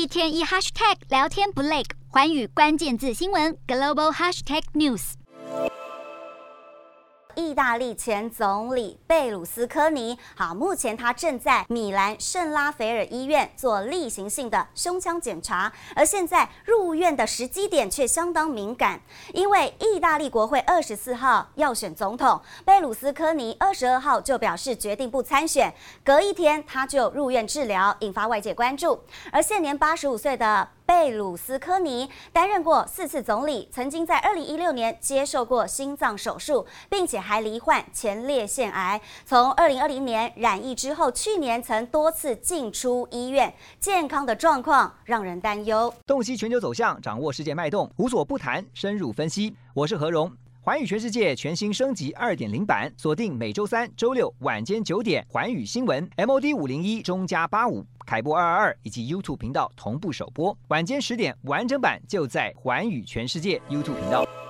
天一 hashtag 聊天不累，寰宇关键字新闻 global hashtag news。 意大利前总理贝鲁斯科尼，目前他正在米兰圣拉斐尔医院做例行性的胸腔检查，而现在入院的时机点却相当敏感，因为意大利国会24号要选总统，贝鲁斯科尼22号就表示决定不参选，隔一天他就入院治疗，引发外界关注。而现年85岁的贝鲁斯科尼担任过4次总理，曾经在2016年接受过心脏手术，并且还罹患前列腺癌。从2020年染疫之后，去年曾多次进出医院，健康的状况让人担忧。 洞悉全球走向，掌握世界脉动，无所不谈，深入分析。我是何荣。寰宇全世界全新升级2.0版，锁定每周3、周6晚间9点，寰宇新闻 MOD 501中加85。凯播222以及 YouTube 频道同步首播，晚间10点完整版就在寰宇全世界 YouTube 频道。